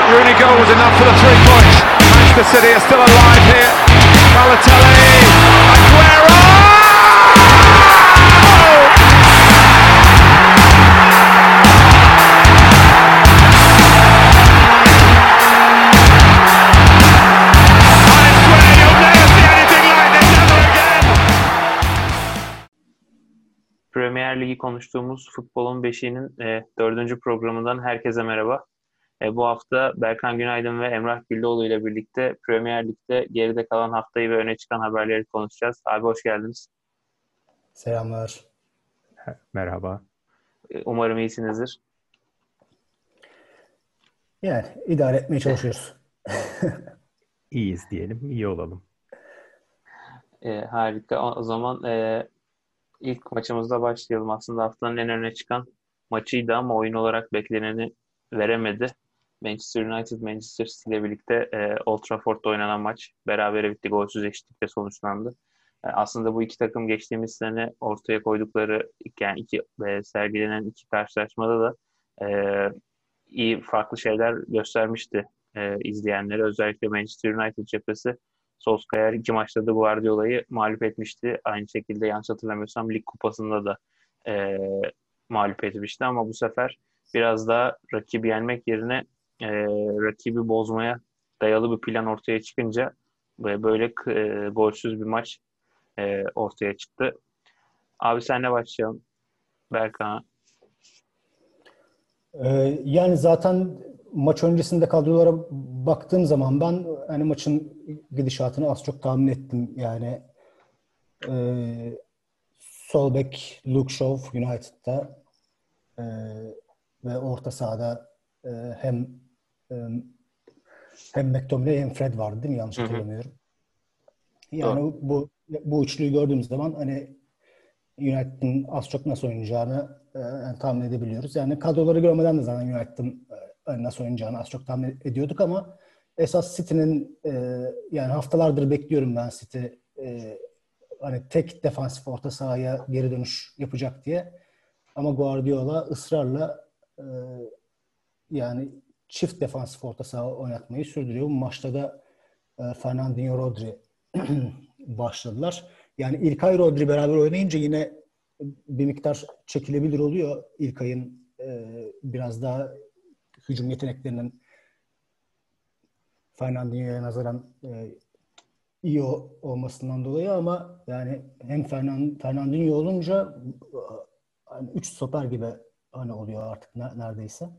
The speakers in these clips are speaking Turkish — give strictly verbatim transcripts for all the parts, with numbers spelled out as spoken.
Rooney goal was enough for the three points. Manchester City are still alive here. Balotelli, Aguero! I swear you'll never see anything like this ever again. Premier Ligi konuştuğumuz Futbolun Beşiği'nin e, dördüncü programından herkese merhaba. E, bu hafta Berkan Günaydın ve Emrah Güllüoğlu ile birlikte Premier Lig'de geride kalan haftayı ve öne çıkan haberleri konuşacağız. Abi hoş geldiniz. Selamlar. Merhaba. E, umarım iyisinizdir. Yani idare etmeye çalışıyoruz. İyiyiz diyelim, iyi olalım. E, harika. O, o zaman e, ilk maçımızda başlayalım. Aslında haftanın en öne çıkan maçıydı ama oyun olarak bekleneni veremedi. Manchester United, Manchester City ile birlikte e, Old Trafford'da oynanan maç berabere bitti. Golsüz eşitlikle sonuçlandı. E, aslında bu iki takım geçtiğimiz sene ortaya koydukları yani iki e, sergilenen iki karşılaşmada da e, iyi farklı şeyler göstermişti e, izleyenlere. Özellikle Manchester United cephesi Solskjaer iki maçta da Guardiola'yı mağlup etmişti. Aynı şekilde yanlış hatırlamıyorsam Lig Kupası'nda da e, mağlup etmişti ama bu sefer biraz daha rakibi yenmek yerine e, rakibi bozmaya dayalı bir plan ortaya çıkınca ve böyle e, golsüz bir maç e, ortaya çıktı. Abi senle başlayalım. Berkan. Ee, yani zaten maç öncesinde kadrolara baktığım zaman ben hani maçın gidişatını az çok tahmin ettim. Yani e, sol bek Luke Shaw United'da e, ve orta sahada e, hem e, hem McTominay hem Fred vardı değil mi? Yanlış hatırlamıyorum. Yani Doğru. bu bu üçlüyü gördüğümüz zaman hani United'ın az çok nasıl oynayacağını e, yani tahmin edebiliyoruz. Yani kadroları görmeden de zaten United'ın e, nasıl oynayacağını az çok tahmin ediyorduk ama esas City'nin e, yani haftalardır bekliyorum ben City e, hani tek defansif orta sahaya geri dönüş yapacak diye. Ama Guardiola ısrarla e, yani çift defansif orta saha oynatmayı sürdürüyor. Bu maçta da e, Fernandinho, Rodri başladılar. Yani İlkay Rodri beraber oynayınca yine bir miktar çekilebilir oluyor. İlkay'ın e, biraz daha hücum yeteneklerinin Fernandinho'ya nazaran e, iyi olmasından dolayı ama yani hem Fernand, Fernandinho olunca hani üç stoper gibi hani oluyor artık neredeyse.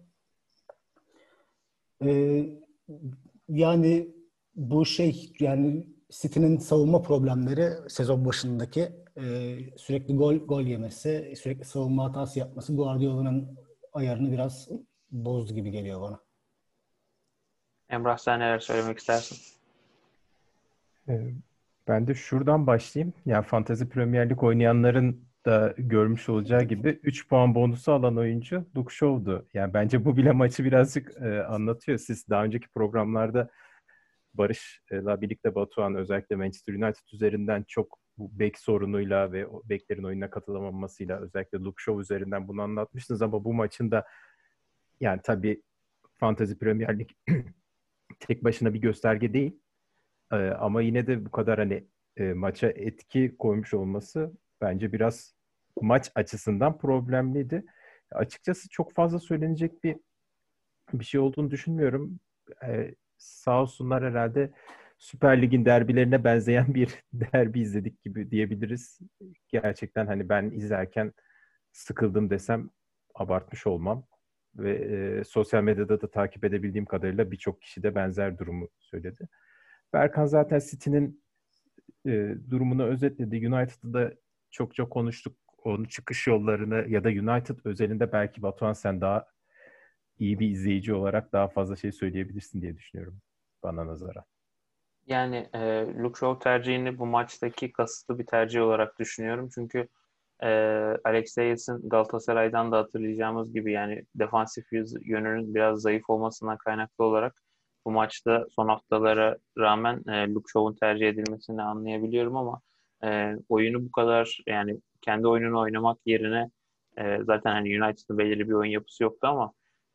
E, yani bu şey yani City'nin savunma problemleri sezon başındaki e, sürekli gol gol yemesi, sürekli savunma hatası yapması Guardiola'nın ayarını biraz bozdu gibi geliyor bana. Emrah sen neler söylemek istersin? Ee, Ben de şuradan başlayayım. Yani Fantasy Premier Lig oynayanların da görmüş olacağı gibi üç puan bonusu alan oyuncu Luke Shaw'du. Yani bence bu bile maçı birazcık e, anlatıyor. Siz daha önceki programlarda Barış'la birlikte Batuhan özellikle Manchester United üzerinden çok bu bek sorunuyla ve o beklerin oyununa katılamamasıyla özellikle Luke Shaw üzerinden bunu anlatmıştınız ama bu maçın da yani tabii Fantasy Premier Lig tek başına bir gösterge değil. Ee, ama yine de bu kadar hani e, maça etki koymuş olması bence biraz maç açısından problemliydi. Açıkçası çok fazla söylenecek bir bir şey olduğunu düşünmüyorum. Ee, sağ olsunlar herhalde Süper Lig'in derbilerine benzeyen bir derbi izledik gibi diyebiliriz. Gerçekten hani ben izlerken sıkıldım desem abartmış olmam. Ve e, sosyal medyada da takip edebildiğim kadarıyla birçok kişi de benzer durumu söyledi. Berkan zaten City'nin e, durumunu özetledi. United'ı da çok çok konuştuk. Onun çıkış yollarını ya da United özelinde belki Batuhan sen daha iyi bir izleyici olarak daha fazla şey söyleyebilirsin diye düşünüyorum bana nazaran. Yani e, Luke Shaw tercihini bu maçtaki kasıtlı bir tercih olarak düşünüyorum. Çünkü e, Alex Telles'in Galatasaray'dan da hatırlayacağımız gibi yani defansif yönünün biraz zayıf olmasından kaynaklı olarak bu maçta son haftalara rağmen e, Luke Shaw'un tercih edilmesini anlayabiliyorum ama e, oyunu bu kadar yani kendi oyununu oynamak yerine e, zaten hani United'ın belirli bir oyun yapısı yoktu ama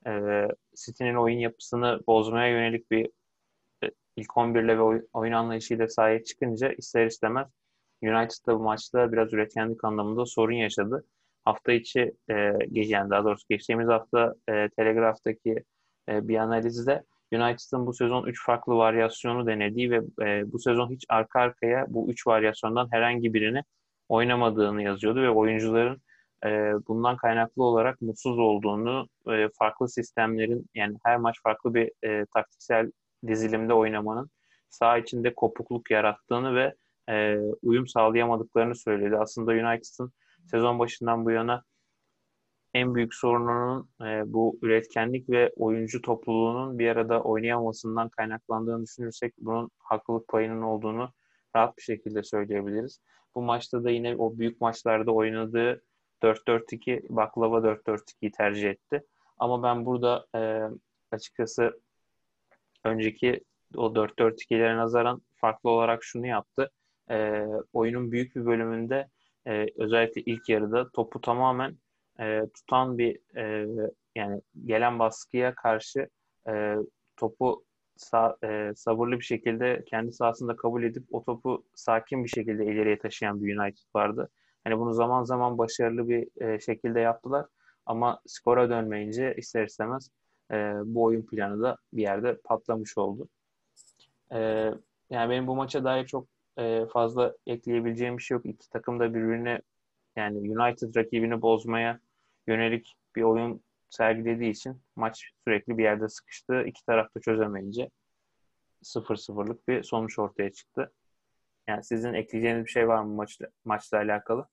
e, City'nin oyun yapısını bozmaya yönelik bir e, ilk on birle ve oy- oyun anlayışıyla sahaya çıkınca ister istemez United da bu maçta biraz üretkenlik anlamında sorun yaşadı. Hafta içi e, ge- yani daha doğrusu geçtiğimiz hafta e, Telegraph'taki e, bir analizde United'ın bu sezon üç farklı varyasyonu denediği ve e, bu sezon hiç arka arkaya bu üç varyasyondan herhangi birini oynamadığını yazıyordu ve oyuncuların e, bundan kaynaklı olarak mutsuz olduğunu, e, farklı sistemlerin yani her maç farklı bir e, taktiksel dizilimde oynamanın saha içinde kopukluk yarattığını ve e, uyum sağlayamadıklarını söyledi. Aslında United'ın sezon başından bu yana en büyük sorununun e, bu üretkenlik ve oyuncu topluluğunun bir arada oynayamamasından kaynaklandığını düşünürsek bunun haklılık payının olduğunu rahat bir şekilde söyleyebiliriz. Bu maçta da yine o büyük maçlarda oynadığı dört dört iki baklava dört dört ikiyi tercih etti. Ama ben burada e, açıkçası önceki o dört dört ikilere nazaran farklı olarak şunu yaptı. E, oyunun büyük bir bölümünde e, özellikle ilk yarıda topu tamamen e, tutan bir e, yani gelen baskıya karşı e, topu sa- e, sabırlı bir şekilde kendi sahasında kabul edip o topu sakin bir şekilde ileriye taşıyan bir United vardı. Hani bunu zaman zaman başarılı bir e, şekilde yaptılar ama skora dönmeyince ister istemez e, bu oyun planı da bir yerde patlamış oldu. E, Yani benim bu maça dair çok e, fazla ekleyebileceğim bir şey yok. İki takım da birbirine yani United rakibini bozmaya yönelik bir oyun sergilediği için maç sürekli bir yerde sıkıştı. İki taraf da çözemeyince sıfır sıfırlık bir sonuç ortaya çıktı. Yani sizin ekleyeceğiniz bir şey var mı maçla, maçla alakalı?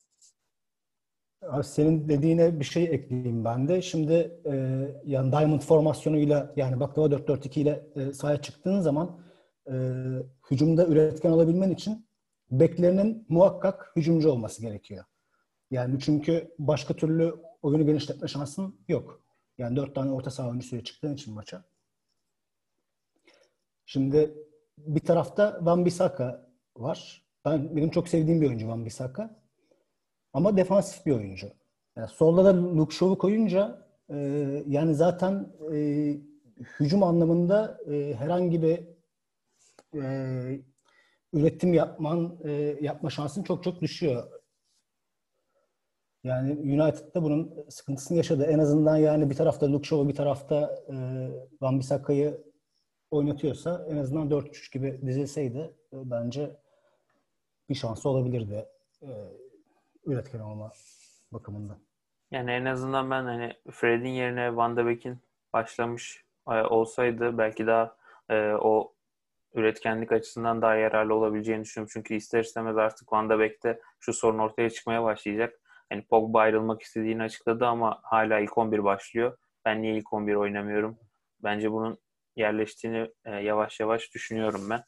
Senin dediğine bir şey ekleyeyim ben de. Şimdi e, yani Diamond formasyonuyla yani baklava dört dört iki ile e, sahaya çıktığın zaman e, hücumda üretken olabilmen için beklerinin muhakkak hücumcu olması gerekiyor. Yani çünkü başka türlü oyunu genişletme şansın yok. Yani dört tane orta saha oyuncusuyla çıktığın için maça. Şimdi bir tarafta Wan-Bissaka var. Ben benim çok sevdiğim bir oyuncu Wan-Bissaka. Ama defansif bir oyuncu. Yani solda da Luke Shaw'u koyunca e, yani zaten e, hücum anlamında e, herhangi bir e, üretim yapman e, yapma şansın çok çok düşüyor. Yani United'da bunun sıkıntısını yaşadı. En azından yani bir tarafta Luke Shaw'u bir tarafta e, Wan-Bissaka'yı oynatıyorsa en azından dört üç üç gibi dizilseydi e, bence bir şansı olabilirdi e, üretken olma bakımından. Yani en azından ben hani Fred'in yerine Van de Beek'in başlamış e, olsaydı belki daha e, o üretkenlik açısından daha yararlı olabileceğini düşünüyorum. Çünkü ister istemez artık Van de Beek'te şu sorun ortaya çıkmaya başlayacak. Hani Pogba ayrılmak istediğini açıkladı ama hala ilk on bir başlıyor. Ben niye ilk on bir oynamıyorum? Bence bunun yerleştiğini e, yavaş yavaş düşünüyorum ben.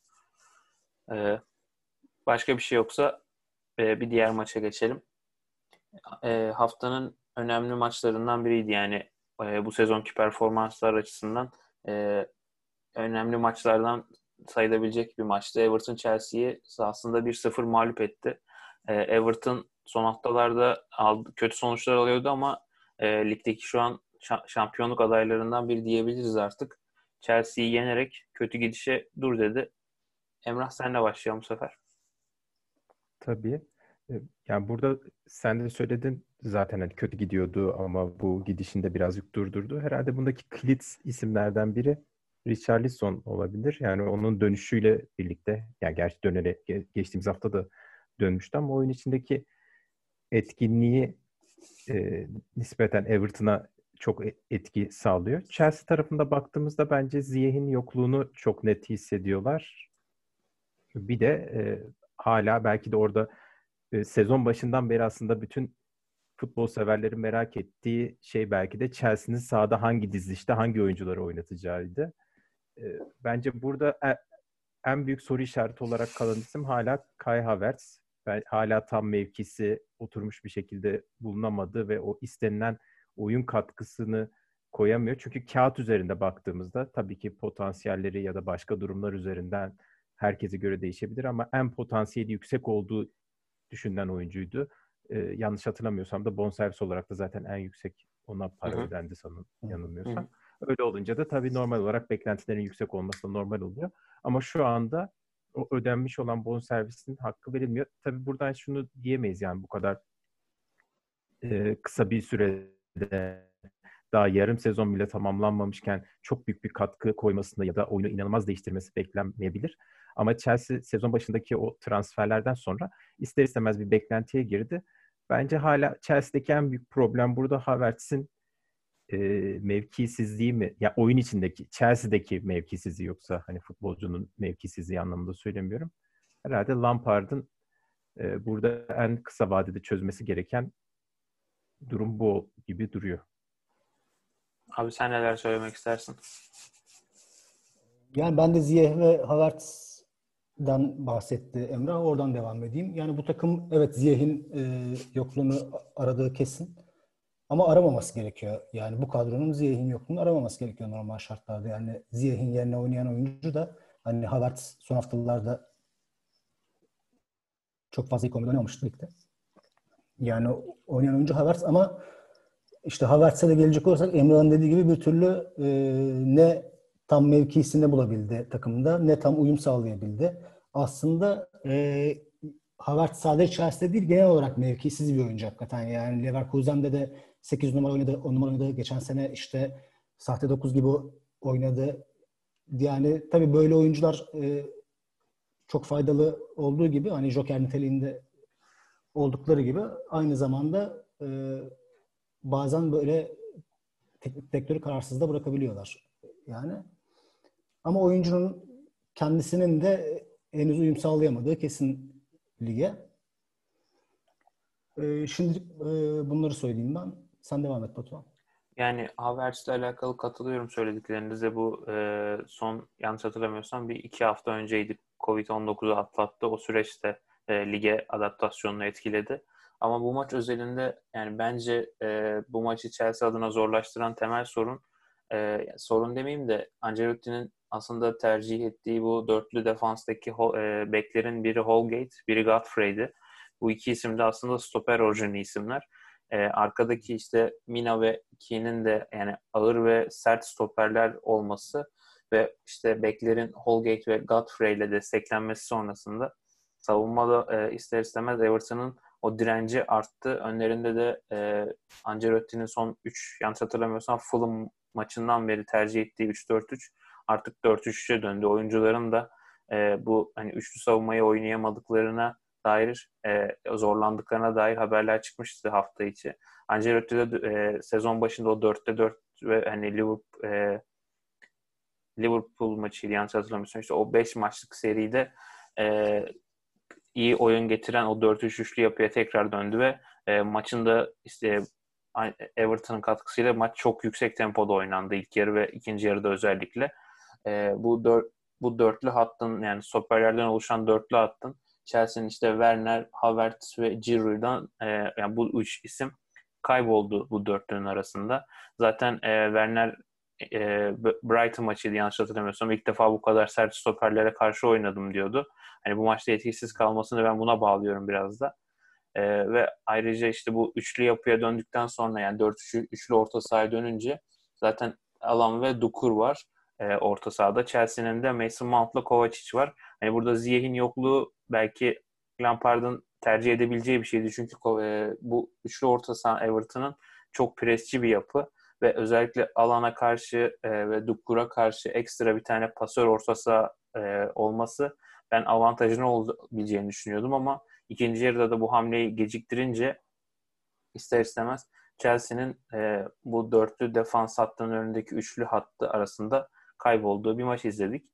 E, Başka bir şey yoksa e, bir diğer maça geçelim. E, haftanın önemli maçlarından biriydi yani e, bu sezonki performanslar açısından e, önemli maçlardan sayılabilecek bir maçtı. Everton Chelsea'yi sahasında bir sıfır mağlup etti. E, Everton son haftalarda aldı, kötü sonuçlar alıyordu ama e, ligdeki şu an şampiyonluk adaylarından biri diyebiliriz artık. Chelsea'yi yenerek kötü gidişe dur dedi. Emrah senle başlayalım bu sefer. Tabii. E, Yani burada sen de söyledin zaten hani kötü gidiyordu ama bu gidişinde birazcık durdurdu. Herhalde bundaki kilit isimlerden biri Richarlison olabilir. Yani onun dönüşüyle birlikte yani gerçi döneri ge- geçtiğimiz hafta da dönmüştü ama oyun içindeki etkinliği e, nispeten Everton'a çok e- etki sağlıyor. Chelsea tarafında baktığımızda bence Ziyech'in yokluğunu çok net hissediyorlar. Bir de e, hala belki de orada e, sezon başından beri aslında bütün futbol severlerin merak ettiği şey belki de Chelsea'nin sahada hangi dizilişte hangi oyuncuları oynatacağıydı. E, bence burada e- en büyük soru işareti olarak kalan isim hala Kai Havertz. Ben, hala tam mevkisi oturmuş bir şekilde bulunamadı ve o istenilen oyun katkısını koyamıyor. Çünkü kağıt üzerinde baktığımızda tabii ki potansiyelleri ya da başka durumlar üzerinden herkese göre değişebilir ama en potansiyeli yüksek olduğu düşünülen oyuncuydu. Ee, yanlış hatırlamıyorsam da bonservis olarak da zaten en yüksek Ona para Hı hı. ödendi sanırım Hı. yanılmıyorsam. Hı hı. Öyle olunca da tabii normal olarak beklentilerin yüksek olması da normal oluyor. Ama şu anda o ödenmiş olan bonservisin hakkı verilmiyor. Tabii buradan şunu diyemeyiz yani bu kadar e, kısa bir sürede daha yarım sezon bile tamamlanmamışken çok büyük bir katkı koymasında ya da oyunu inanılmaz değiştirmesi beklenmeyebilir. Ama Chelsea sezon başındaki o transferlerden sonra ister istemez bir beklentiye girdi. Bence hala Chelsea'deki en büyük problem burada Havertz'in e, mevkisizliği mi? Ya oyun içindeki, Chelsea'deki mevkisizliği yoksa hani futbolcunun mevkisizliği anlamında söylemiyorum. Herhalde Lampard'ın e, burada en kısa vadede çözmesi gereken durum bu gibi duruyor. Abi sen neler söylemek istersin? Yani ben de Ziyech ve Havertz'den bahsetti Emrah. Oradan devam edeyim. Yani bu takım evet Ziyech'in e, yokluğunu aradığı kesin. Ama aramaması gerekiyor. Yani bu kadronun Ziyech'in yokluğunu aramaması gerekiyor normal şartlarda. Yani Ziyech'in yerine oynayan oyuncu da hani Havertz son haftalarda çok fazla ilk on birde oynamamıştı ligde. Yani oynayan oyuncu Havertz ama işte Havertz'e de gelecek olursak Emrah'ın dediği gibi bir türlü e, ne tam mevkisinde bulabildi takımda ne tam uyum sağlayabildi. Aslında e, Havertz sadece Chelsea'de değil genel olarak mevkisiz bir oyuncu hakikaten. Yani Leverkusen'de de sekiz numara oynadı, on numara oynadı. Geçen sene işte sahte dokuz gibi oynadı. Yani tabii böyle oyuncular e, çok faydalı olduğu gibi hani Joker niteliğinde oldukları gibi aynı zamanda e, bazen böyle teknik direktörü kararsız da bırakabiliyorlar. Yani ama oyuncunun kendisinin de henüz uyum sağlayamadığı kesin lige. Ee, şimdi e, bunları söyleyeyim ben. Sen devam et Batuhan. Yani Havertz'le alakalı katılıyorum söylediklerinize. Bu e, son yanlış hatırlamıyorsam bir iki hafta önceydi. covid on dokuzu atlattı. O süreçte e, lige adaptasyonunu etkiledi. Ama bu maç özelinde yani bence e, bu maçı Chelsea adına zorlaştıran temel sorun e, sorun demeyeyim de Ancelotti'nin aslında tercih ettiği bu dörtlü defanstaki e, beklerin biri Holgate, biri Godfrey'di. Bu iki isim de aslında stoper orijinli isimler. Ee, arkadaki işte Mina ve Keane'in de yani ağır ve sert stoperler olması ve işte beklerin Holgate ve Godfrey ile desteklenmesi sonrasında savunmada e, ister istemez Everton'ın o direnci arttı. Önlerinde de e, Ancelotti'nin son üç yanlış hatırlamıyorsam Fulham maçından beri tercih ettiği üç dört üç artık dört üç üçe döndü. Oyuncuların da e, bu hani üçlü savunmayı oynayamadıklarına dair e, zorlandıklarına dair haberler çıkmıştı hafta içi. Ancelotti de e, sezon başında o dörtte dört ve hani Liverpool, e, Liverpool maçıydı yanlış hatırlamıyorsam işte o beş maçlık seride e, iyi oyun getiren o dört üç üçlü yapıya tekrar döndü ve e, maçında işte Everton'ın katkısıyla maç çok yüksek tempoda oynandı ilk yarı ve ikinci yarıda özellikle. E, bu dört bu dörtlü hattın yani stoperlerden oluşan dörtlü hattın Chelsea'nin işte Werner, Havertz ve Giroud'dan e, yani bu üç isim kayboldu bu dörtlünün arasında. Zaten e, Werner e, Brighton maçıydı yanlış hatırlamıyorsam. İlk defa bu kadar sert stoperlere karşı oynadım diyordu. Hani bu maçta etkisiz kalmasını ben buna bağlıyorum biraz da. E, ve ayrıca işte bu üçlü yapıya döndükten sonra yani dört üçlü orta sahaya dönünce zaten Alan ve Dukur var e, orta sahada. Chelsea'nin de Mason Mount'la Kovacic var. Hani burada Ziyech'in yokluğu belki Lampard'ın tercih edebileceği bir şeydi. Çünkü e, bu üçlü orta saha Everton'ın çok presçi bir yapı ve özellikle Alan'a karşı e, ve Dukur'a karşı ekstra bir tane pasör orta saha e, olması ben avantajını olabileceğini düşünüyordum ama ikinci yarıda da bu hamleyi geciktirince ister istemez Chelsea'nin e, bu dörtlü defans hattının önündeki üçlü hattı arasında kaybolduğu bir maç izledik.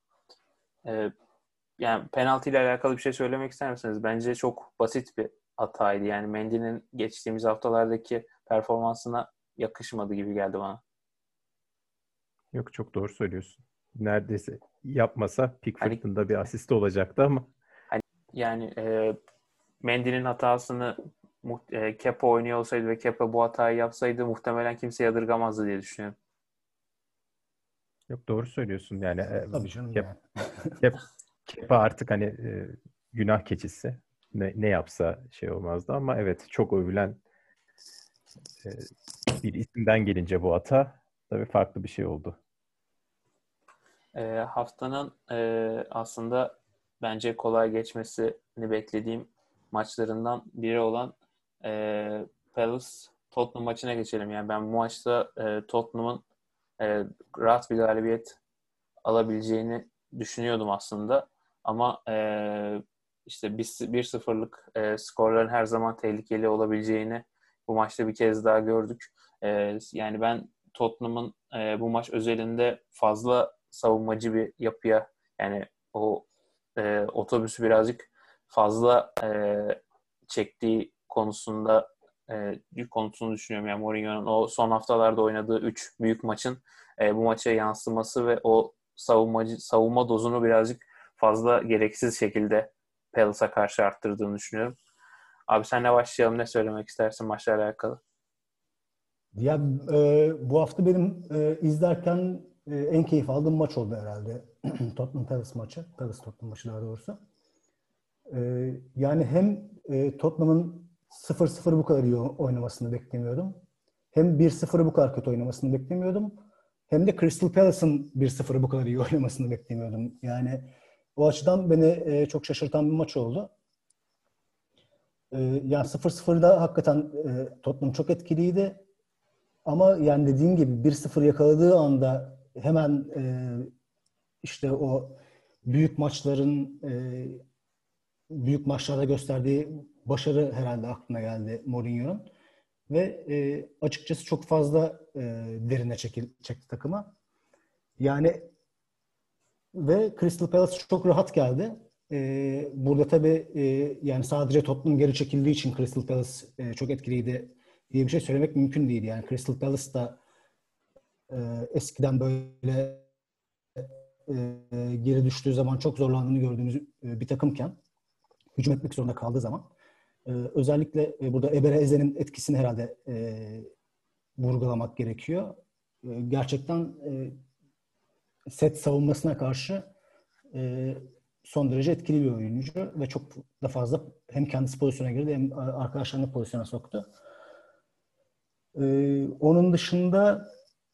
E, yani penaltı ile alakalı bir şey söylemek ister misiniz? Bence çok basit bir hataydı. Yani Mendy'nin geçtiğimiz haftalardaki performansına yakışmadı gibi geldi bana. Yok çok doğru söylüyorsun. Neredeyse yapmasa Hani, Pickford'un da bir asisti olacaktı ama. hani yani e, Mendy'nin hatasını e, Kepa oynuyor olsaydı ve Kepa bu hatayı yapsaydı muhtemelen kimse yadırgamazdı diye düşünüyorum. Yok doğru söylüyorsun yani. E, Tabii canım Kep, yani. Kep, Kepa artık hani e, günah keçisi. Ne, ne yapsa şey olmazdı ama evet çok övülen e, bir isimden gelince bu ata tabii farklı bir şey oldu. E, haftanın e, aslında bence kolay geçmesini beklediğim maçlarından biri olan e, Palace Tottenham maçına geçelim. Yani ben bu maçta e, Tottenham'ın e, rahat bir galibiyet alabileceğini düşünüyordum aslında. Ama e, işte bir sıfırlık e, skorların her zaman tehlikeli olabileceğini bu maçta bir kez daha gördük. E, yani ben Tottenham'ın e, bu maç özelinde fazla savunmacı bir yapıya, yani o e, otobüsü birazcık fazla e, çektiği konusunda e, yük konusunu düşünüyorum. Yani Mourinho'nun o son haftalarda oynadığı üç büyük maçın e, bu maça yansıması ve o savunmacı savunma dozunu birazcık fazla gereksiz şekilde Palace'a karşı arttırdığını düşünüyorum. Abi senle başlayalım. Ne söylemek istersin maçla alakalı? Ya e, bu hafta benim e, izlerken e, en keyif aldığım maç oldu herhalde. Tottenham Palace maçı. Palace Tottenham maçı daha doğrusu. E, yani hem e, Tottenham'ın sıfır sıfır bu kadar iyi oynamasını beklemiyordum. Hem bir sıfır bu kadar kötü oynamasını beklemiyordum. Hem de Crystal Palace'ın bir sıfır bu kadar iyi oynamasını beklemiyordum. Yani o açıdan beni e, çok şaşırtan bir maç oldu. E, yani sıfır sıfırda hakikaten e, Tottenham çok etkiliydi. Ama yani dediğim gibi bir sıfır yakaladığı anda hemen e, işte o büyük maçların e, büyük maçlarda gösterdiği başarı herhalde aklına geldi Mourinho'nun. Ve e, açıkçası çok fazla e, derine çekil, çekti takıma. Yani ve Crystal Palace çok rahat geldi. E, burada tabii e, yani sadece Tottenham geri çekildiği için Crystal Palace e, çok etkiliydi diye bir şey söylemek mümkün değil. Yani Crystal Palace da e, eskiden böyle e, geri düştüğü zaman çok zorlandığını gördüğümüz e, bir takımken hücum etmek zorunda kaldığı zaman e, özellikle e, burada Ebere Eze'nin etkisini herhalde e, vurgulamak gerekiyor. E, gerçekten e, set savunmasına karşı e, son derece etkili bir oyuncu ve çok da fazla hem kendisi pozisyona girdi hem arkadaşlarını pozisyona soktu. E, onun dışında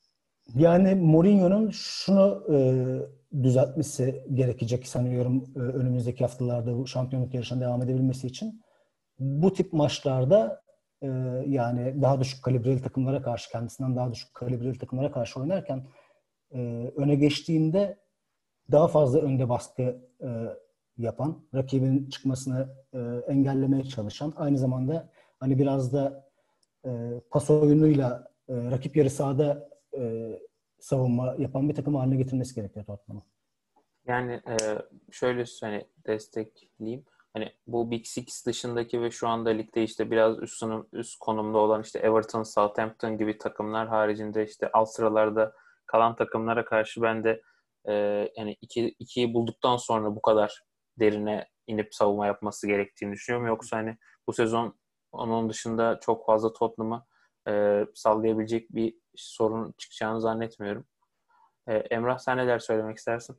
yani Mourinho'nun şunu e, düzeltmesi gerekecek sanıyorum e, önümüzdeki haftalarda bu şampiyonluk yarışına devam edebilmesi için. Bu tip maçlarda e, yani daha düşük kalibreli takımlara karşı, kendisinden daha düşük kalibreli takımlara karşı oynarken e, öne geçtiğinde daha fazla önde baskı e, yapan, rakibin çıkmasını e, engellemeye çalışan, aynı zamanda hani biraz da e, pas oyunuyla e, rakip yarı sahada e, savunma yapan bir takım haline getirmesi gerekiyor Tottenham'ı. Yani e, şöyle hani destekleyeyim. Hani bu Big Six dışındaki ve şu anda ligde işte biraz üst, sınıf, üst konumda olan işte Everton, Southampton gibi takımlar haricinde işte alt sıralarda kalan takımlara karşı ben de e, yani iki, ikiyi bulduktan sonra bu kadar derine inip savunma yapması gerektiğini düşünüyorum. Yoksa hani bu sezon onun dışında çok fazla Tottenham'ı e, sallayabilecek bir sorun çıkacağını zannetmiyorum. E, Emrah sen neler söylemek istersin?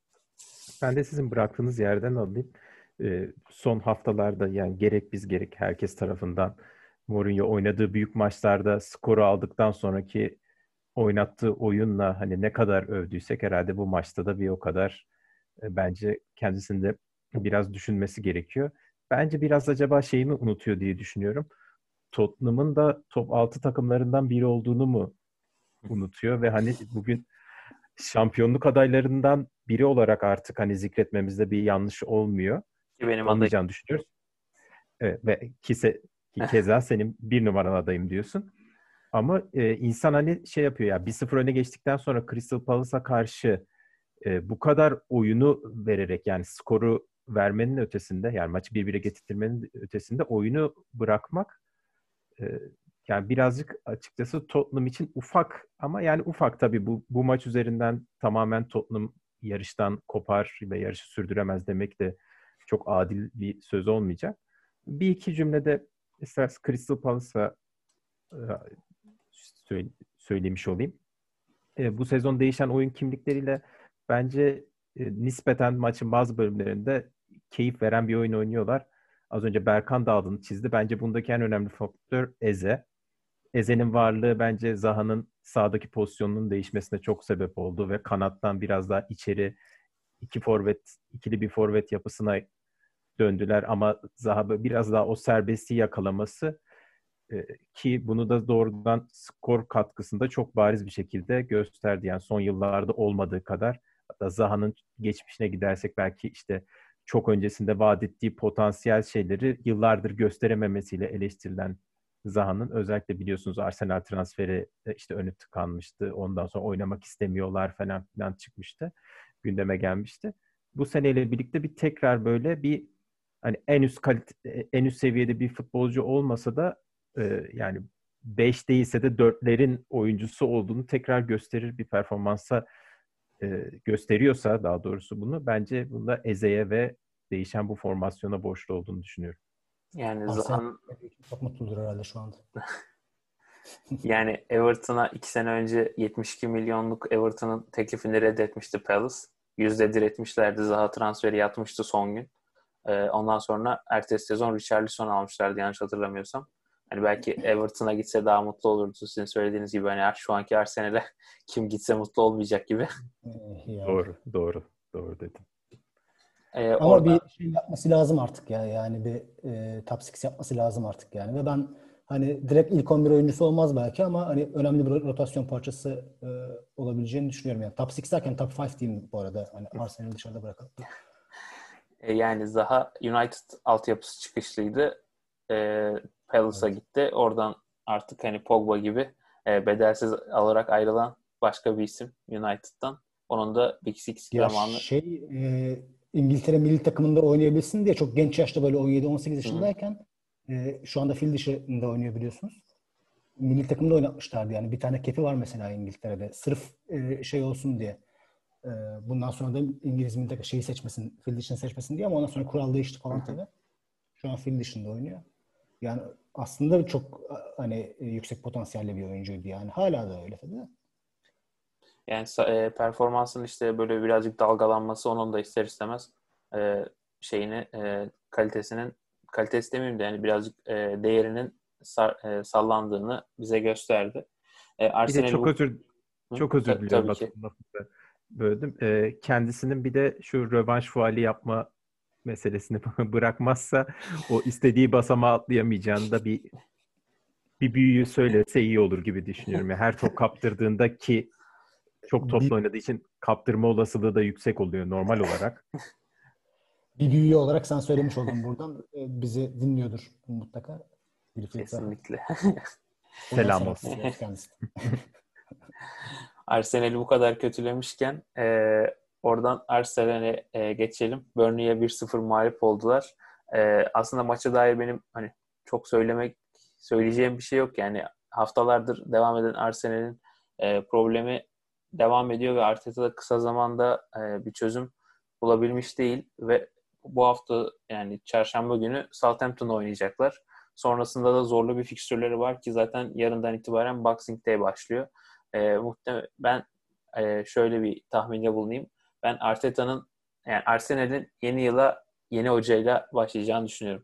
Ben de sizin bıraktığınız yerden alayım. Ee, son haftalarda yani gerek biz gerek herkes tarafından Mourinho oynadığı büyük maçlarda skoru aldıktan sonraki oynattığı oyunla hani ne kadar övdüysek herhalde bu maçta da bir o kadar e, bence kendisinde biraz düşünmesi gerekiyor. Bence biraz acaba şeyi mi unutuyor diye düşünüyorum. Tottenham'ın da top altı takımlarından biri olduğunu mu unutuyor ve hani bugün şampiyonluk adaylarından biri olarak artık hani zikretmemizde bir yanlış olmuyor. Ki benim adayım. Olmayacağını düşünüyoruz. Evet, ve kise, ki keza senin bir numaralı adayım diyorsun. Ama e, insan hani şey yapıyor ya bir sıfır öne geçtikten sonra Crystal Palace'a karşı e, bu kadar oyunu vererek yani skoru vermenin ötesinde yani maçı bir bire getirmenin ötesinde oyunu bırakmak e, yani birazcık açıkçası Tottenham için ufak ama yani ufak tabii bu, bu maç üzerinden tamamen Tottenham yarıştan kopar ve yarışı sürdüremez demek de çok adil bir söz olmayacak. Bir iki cümlede isterseniz Crystal Palace'a e, söyle, söylemiş olayım. E, bu sezon değişen oyun kimlikleriyle bence e, nispeten maçın bazı bölümlerinde keyif veren bir oyun oynuyorlar. Az önce Berkan da adını çizdi. Bence bundaki en önemli faktör Eze. Eze'nin varlığı bence Zaha'nın sağdaki pozisyonunun değişmesine çok sebep oldu ve kanattan biraz daha içeri iki forvet, ikili bir forvet yapısına döndüler ama Zaha biraz daha o serbestliği yakalaması e, ki bunu da doğrudan skor katkısında çok bariz bir şekilde gösterdi. Yani son yıllarda olmadığı kadar. Hatta Zaha'nın geçmişine gidersek belki işte çok öncesinde vaat ettiği potansiyel şeyleri yıllardır gösterememesiyle eleştirilen Zaha'nın, özellikle biliyorsunuz Arsenal transferi işte önü tıkanmıştı. Ondan sonra oynamak istemiyorlar falan filan çıkmıştı. Gündeme gelmişti. Bu seneyle birlikte bir tekrar böyle bir hani en üst kalite, en üst seviyede bir futbolcu olmasa da e, yani beş değilse de dörtlerin oyuncusu olduğunu tekrar gösterir bir performansa e, gösteriyorsa daha doğrusu bunu, bence bunda Eze'ye ve değişen bu formasyona borçlu olduğunu düşünüyorum. Yani Arsenal Zaha'nın çok mutludur herhalde şu anda. yani Everton'a iki sene önce yetmiş iki milyonluk Everton'ın teklifini reddetmişti Palace. Yüzde diretmişlerdi. Zaha transferi yatmıştı son gün. Ee, ondan sonra ertesi sezon Richarlison almışlardı yanlış hatırlamıyorsam. Hani belki Everton'a gitse daha mutlu olurdu. Sizin söylediğiniz gibi hani şu anki Arsenal'e kim gitse mutlu olmayacak gibi. Yani. Doğru, doğru, doğru dedim. Ee, Ama orada bir şey yapması lazım artık ya. Yani bir e, top altı yapması lazım artık yani. Ve ben hani direkt ilk on bir oyuncusu olmaz belki ama hani önemli bir rotasyon parçası e, olabileceğini düşünüyorum. Yani top altı derken top beş diyeyim bu arada. Hani Arsenal'i dışarıda bırakalım. e, yani Zaha United altyapısı çıkışlıydı. Ee, Palace'a Evet. gitti. Oradan artık hani Pogba gibi e, bedelsiz alarak ayrılan başka bir isim United'dan. Onun da Big Six Ya zamanı. şey e, İngiltere milli takımında oynayabilsin diye çok genç yaşta böyle on yedi on sekiz Hı hı. yaşındayken e, şu anda fil dışında oynuyor biliyorsunuz. Milli takımda oynatmışlardı yani. Bir tane kepi var mesela İngiltere'de. Sırf e, şey olsun diye. E, bundan sonra da İngiliz milli takımı şeyi seçmesin, fil dışını seçmesin diye ama ondan sonra kural değişti Hı falan hı. tabii. Şu an fil dışında oynuyor. Yani aslında çok hani e, yüksek potansiyelli bir oyuncuydu yani. Hala da öyle tabii de. Yani e, performansın işte böyle birazcık dalgalanması onun da ister istemez e, şeyini e, kalitesinin kalitesi demeyeyim de yani birazcık e, değerinin sar- e, sallandığını bize gösterdi. E, Bir de Arsenal'i çok bu özür Hı? çok özür Ta- diliyorum tabii Batu, ki. lafını böldüm. Ee, kendisinin bir de şu rövanş faali yapma meselesini bırakmazsa o istediği basamağı atlayamayacağını da bir bir büyüğü söylese iyi olur gibi düşünüyorum. Yani her top kaptırdığında, ki çok Bir, toplu oynadığı için kaptırma olasılığı da yüksek oluyor normal olarak. bir büyüğü olarak sen söylemiş oldun buradan. E, bizi dinliyordur mutlaka. Wilfried Zaha. Kesinlikle. Buradan Selam selam olsun. söylüyoruz kendisine. Arsenal'i bu kadar kötülemişken e, oradan Arsenal'e e, geçelim. Burnley'e bir sıfır mağlup oldular. E, aslında maça dair benim hani çok söylemek söyleyeceğim bir şey yok. Yani haftalardır devam eden Arsenal'in e, problemi devam ediyor ve Arteta da kısa zamanda e, bir çözüm bulabilmiş değil ve bu hafta yani çarşamba günü Southampton'la oynayacaklar. Sonrasında da zorlu bir fikstürleri var ki zaten yarından itibaren Boxing Day başlıyor. E, muhtemelen ben e, şöyle bir tahminde bulunayım. Ben Arteta'nın yani Arsenal'in yeni yıla yeni hocayla başlayacağını düşünüyorum.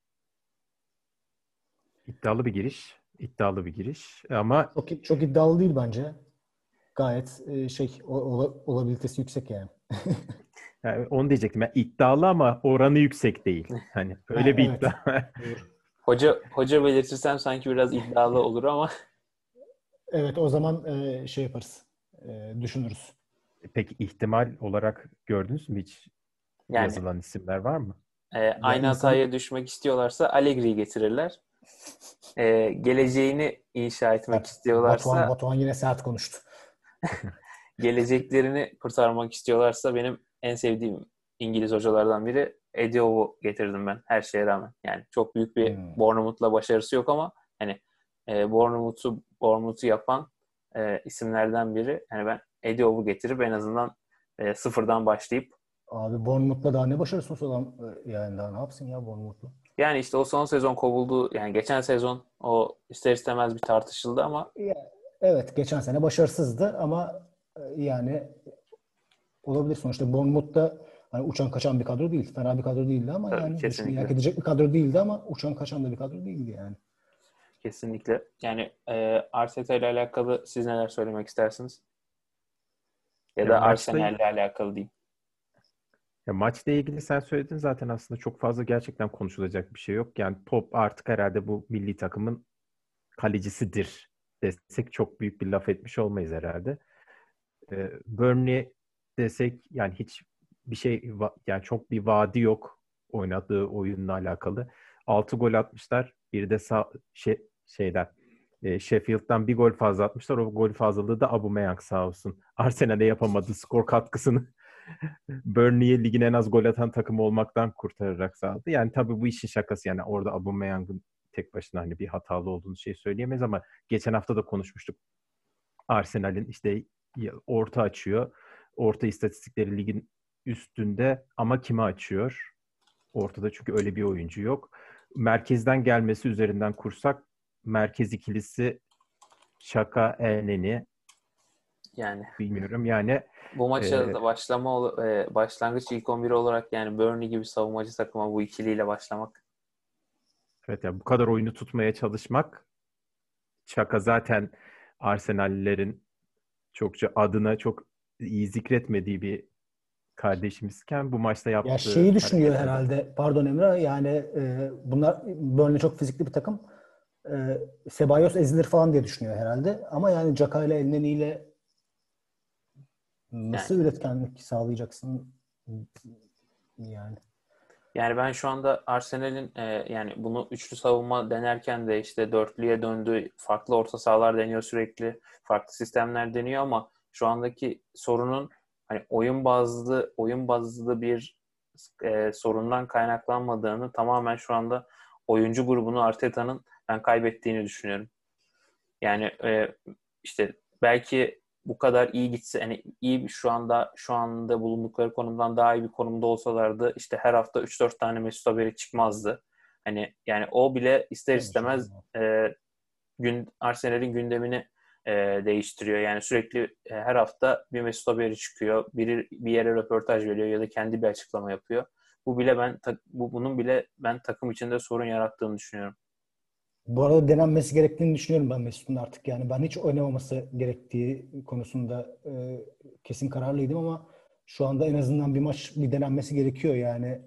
İddialı bir giriş. İddialı bir giriş. Ama Çok, çok iddialı değil bence. Gayet e, şey o- ola- olabilitesi yüksek yani. yani onu diyecektim. Yani iddialı ama oranı yüksek değil. Hani Ha, öyle bir iddia. evet. Doğru. Hoca hoca belirtirsem sanki biraz iddialı olur ama Evet o zaman e, şey yaparız. E, düşünürüz. Peki ihtimal olarak gördünüz mü hiç, yani yazılan isimler var mı? e, Ya aynı insan hataya düşmek istiyorlarsa Allegri'yi getirirler. E, geleceğini inşa etmek sert. Batuhan, istiyorlarsa Batuhan yine sert konuştu. geleceklerini kurtarmak istiyorlarsa benim en sevdiğim İngiliz hocalardan biri Eddie Howe'u getirdim ben her şeye rağmen. Yani çok büyük bir Hmm. Bournemouth'la başarısı yok ama hani e, Bournemouth'u Bournemouth'u yapan e, isimlerden biri. Yani ben Eddie Howe'u getirip en azından e, sıfırdan başlayıp Abi Bournemouth'la daha ne başarısız olan e, yani daha ne yapsın ya Bournemouth'la? yani işte o son sezon kovuldu. Yani geçen sezon o ister istemez bir tartışıldı ama Ya, evet geçen sene başarısızdı ama e, yani olabilir. Sonuçta Bournemouth'ta hani uçan kaçan bir kadro değil. Fena bir kadro değildi ama tabii yani düşmeyi hak kesinlikle. edecek bir kadro değildi ama uçan kaçan da bir kadro değildi yani. Kesinlikle. Yani e, Arteta ile alakalı siz neler söylemek istersiniz? Ya Ya da maçla Arsenal ile alakalı diyeyim. ya maçla ilgili sen söyledin zaten aslında çok fazla gerçekten konuşulacak bir şey yok. Yani top artık herhalde bu milli takımın kalecisidir desek çok büyük bir laf etmiş olmayız herhalde. Ee, Burnley desek yani hiç bir şey va- yani çok bir vaadi yok oynadığı oyunla alakalı. Altı gol atmışlar. Bir de sağ, şey, şeyden e, Sheffield'dan bir gol fazla atmışlar. O gol fazlalığı da Aubameyang sağ olsun. Arsenal'e yapamadığı skor katkısını Burnley'e ligin en az gol atan takımı olmaktan kurtararak sağladı. Yani tabii bu işin şakası. Yani orada Aubameyang'ın tek başına hani bir hatalı olduğunu şey söyleyemeyiz ama geçen hafta da konuşmuştuk. Arsenal'in işte orta açıyor. Orta istatistikleri ligin üstünde ama kime açıyor? Ortada çünkü öyle bir oyuncu yok. Merkezden gelmesi üzerinden kursak merkez ikilisi Şaka, Elneny Yani bilmiyorum. Yani bu maça e, da başlama ol- e, başlangıç ilk on biri olarak yani Burnley gibi savunmacı takıma bu ikiliyle başlamak. evet yani bu kadar oyunu tutmaya çalışmak Şaka zaten Arsenallilerin çokça adına çok iyi zikretmediği bir kardeşimizken bu maçta Ya yaptığı şeyi düşünüyor hareketlerden. herhalde. Pardon Emre. Yani e, bunlar Burnley çok fizikli bir takım. E, Ceballos ezilir falan diye düşünüyor herhalde. Ama yani Xhaka ile Elneny ile Yani nasıl üretkenlik sağlayacaksın yani? yani ben şu anda Arsenal'in e, yani bunu üçlü savunma denerken de işte dörtlüye döndü. Farklı orta sahalar deniyor sürekli. Farklı sistemler deniyor ama şu andaki sorunun hani oyun bazlı oyun bazlı bir e, sorundan kaynaklanmadığını tamamen şu anda oyuncu grubunu Arteta'nın ben kaybettiğini düşünüyorum. Yani e, işte belki bu kadar iyi gitse hani iyi şu anda şu anda bulundukları konumdan daha iyi bir konumda olsalardı işte her hafta üç dört tane Mesut haberi çıkmazdı. Hani yani o bile ister Tabii istemez canım. e, gün Arsenal'in gündemini e, değiştiriyor. Yani sürekli e, her hafta bir Mesut haberi çıkıyor. Biri bir yere röportaj veriyor ya da kendi bir açıklama yapıyor. Bu bile ben bu bunun bile ben takım içinde sorun yarattığını düşünüyorum. Bu arada denenmesi gerektiğini düşünüyorum ben Mesut'un artık. Yani ben hiç oynamaması gerektiği konusunda e, kesin kararlıydım ama şu anda en azından bir maç bir denenmesi gerekiyor yani.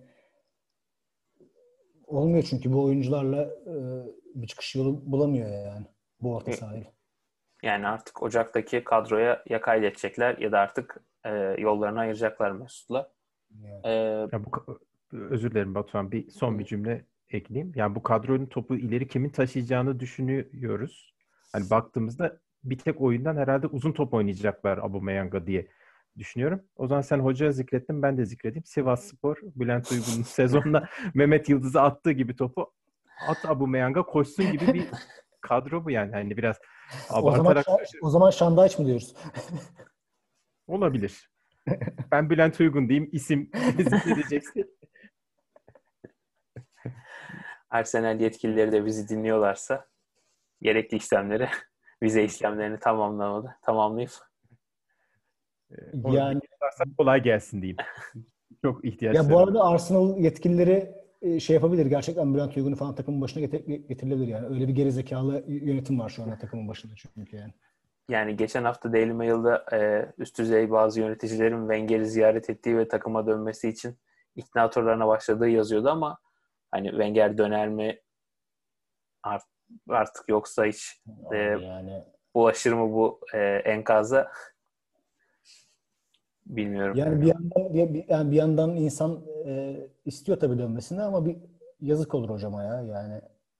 Olmuyor çünkü bu oyuncularla e, bir çıkış yolu bulamıyor yani bu orta E, sahayla. Yani artık Ocak'taki kadroya ya kaydedecekler ya da artık e, yollarını ayıracaklar Mesut'la. Yani. E, Ya bu ka- özür dilerim Batuhan bir son bir cümle ekleyeyim. Yani bu kadronun topu ileri kimin taşıyacağını düşünüyoruz. Hani baktığımızda bir tek oyundan herhalde uzun top oynayacaklar Aubameyang'a diye düşünüyorum. O zaman sen hoca zikrettin ben de zikredeyim. Sivasspor Bülent Uygun'un sezonda Mehmet Yıldız'a attığı gibi topu at Aubameyang'a koşsun gibi bir kadro bu yani. Hani biraz O zaman abartarak Şa- o zaman Şandaç mı diyoruz? olabilir. Ben Bülent Uygun diyeyim. İsim zikredeceksin. Arsenal yetkilileri de bizi dinliyorlarsa gerekli işlemleri vize işlemlerini tamamlamadı. Tamamlayıp Onu Yani dinliyorlarsa kolay gelsin diyeyim. Çok ya bu ihtiyaçları var. arada Arsenal yetkilileri e, şey yapabilir. Gerçekten Bülent Uygun'u falan takımın başına getir- getirilebilir yani. Öyle bir gerizekalı yönetim var şu anda takımın başında çünkü yani. yani geçen hafta Daily Mail'da e, üst düzey bazı yöneticilerin Wenger'i ziyaret ettiği ve takıma dönmesi için ikna turlarına başladığı yazıyordu ama hani Wenger döner mi art- artık yoksa hiç e, Abi yani bulaşır mı bu e, enkaza bilmiyorum. yani bir yandan bir, bir- yani bir yandan insan e, istiyor tabii dönmesini ama bir yazık olur hocama ya yani.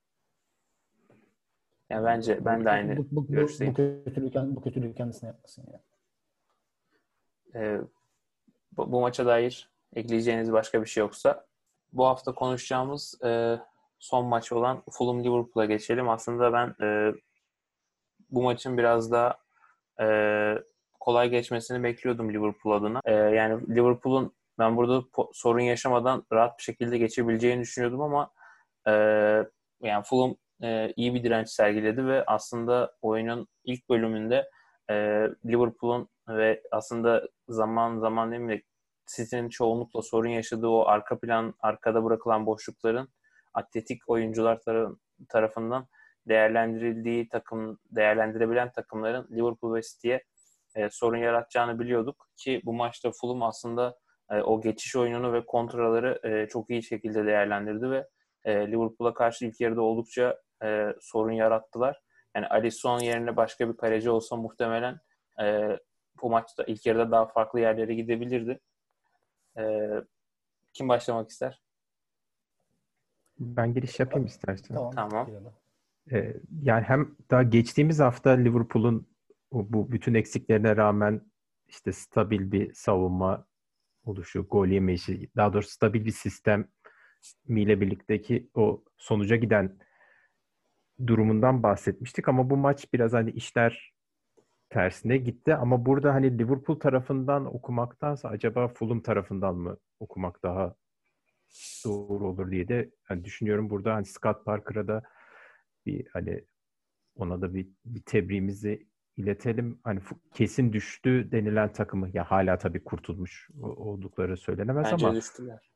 Yani bence Bu, ben de aynı bu, bu, bu, bu görüşteyim. kötülüğü, kend- bu kötülüğü kendisine yapmasın yani. E, bu, bu maça dair ekleyeceğiniz başka bir şey yoksa bu hafta konuşacağımız e, son maç olan Fulham Liverpool'a geçelim. Aslında ben e, bu maçın biraz daha e, kolay geçmesini bekliyordum Liverpool adına. E, yani Liverpool'un ben burada po- sorun yaşamadan rahat bir şekilde geçebileceğini düşünüyordum ama e, yani Fulham e, iyi bir direnç sergiledi ve aslında oyunun ilk bölümünde e, Liverpool'un ve aslında zaman zaman değil mi City'nin çoğunlukla sorun yaşadığı o arka plan, arkada bırakılan boşlukların atletik oyuncular tarafından değerlendirildiği takım, değerlendirebilen takımların Liverpool ve City'ye e, sorun yaratacağını biliyorduk ki bu maçta Fulham aslında e, o geçiş oyununu ve kontraları e, çok iyi şekilde değerlendirdi ve e, Liverpool'a karşı ilk yarıda oldukça e, sorun yarattılar. Yani Alisson yerine başka bir kaleci olsa muhtemelen e, bu maçta ilk yarıda daha farklı yerlere gidebilirdi. E, kim başlamak ister? Ben giriş yapayım istersen. Tamam. Tamam. Girelim. Ee, yani hem daha geçtiğimiz hafta Liverpool'un bu bu bütün eksiklerine rağmen işte stabil bir savunma oluşu, gol yemeyişi, daha doğrusu stabil bir sistem ile birlikteki o sonuca giden durumundan bahsetmiştik ama bu maç biraz hani işler tersine gitti ama burada hani Liverpool tarafından okumaktansa acaba Fulham tarafından mı okumak daha doğru olur diye de hani düşünüyorum. Burada hani Scott Parker'a da bir hani ona da bir, bir tebriğimizi iletelim. Hani kesin düştü denilen takımı ya hala tabii kurtulmuş oldukları söylenemez Bence ama düştüler.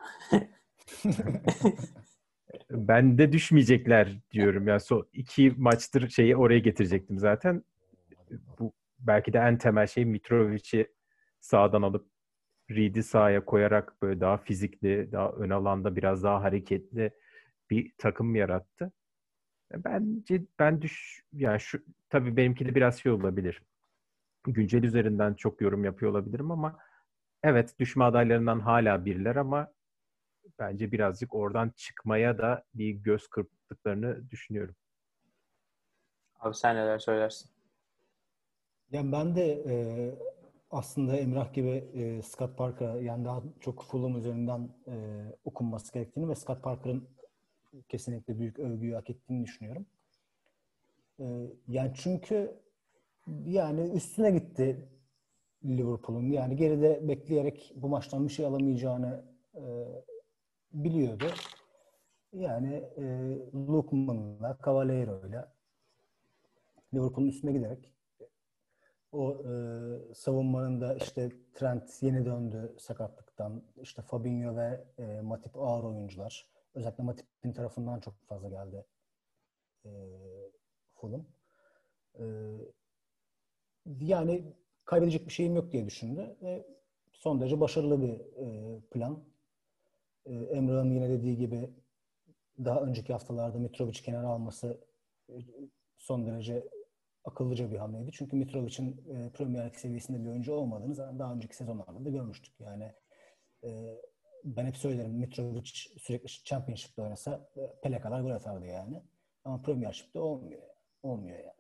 ben de düşmeyecekler diyorum. Yani son iki maçtır şeyi oraya getirecektim zaten. Bu belki de en temel şey Mitrovic'i sağdan alıp Reed'i sahaya koyarak böyle daha fizikli, daha ön alanda biraz daha hareketli bir takım yarattı. Bence ben düş yani şu tabii benimki de biraz şey olabilir. Güncel üzerinden çok yorum yapıyor olabilirim ama evet düşme adaylarından hala biriler ama bence birazcık oradan çıkmaya da bir göz kırptıklarını düşünüyorum. Abi sen neler söylersin? Yani ben de e, aslında Emrah gibi e, Scott Parker'a yani daha çok Fulham üzerinden e, okunması gerektiğini ve Scott Parker'ın kesinlikle büyük övgüyü hak ettiğini düşünüyorum. E, yani çünkü yani üstüne gitti Liverpool'un. Yani geride bekleyerek bu maçtan bir şey alamayacağını e, biliyordu. Yani e, Lookman'la, Cavaliero'yla Liverpool'un üstüne giderek o e, savunmanın da işte Trent yeni döndü sakatlıktan. İşte Fabinho ve e, Matip ağır oyuncular. Özellikle Matip'in tarafından çok fazla geldi e, Fulham. E, yani kaybedecek bir şeyim yok diye düşündü. Ve son derece başarılı bir e, plan. E, Emrah'ın yine dediği gibi daha önceki haftalarda Mitrovic kenara alması e, son derece akıllıca bir hamleydi. Çünkü Mitrovic'in e, Premier Lig seviyesinde bir oyuncu olmadığını zaten daha önceki sezonlarda da görmüştük. Yani e, ben hep söylerim Mitrovic sürekli Championship'te oynasa e, Pele kadar gol atardı yani. Ama Premiership'te olmuyor. Olmuyor yani.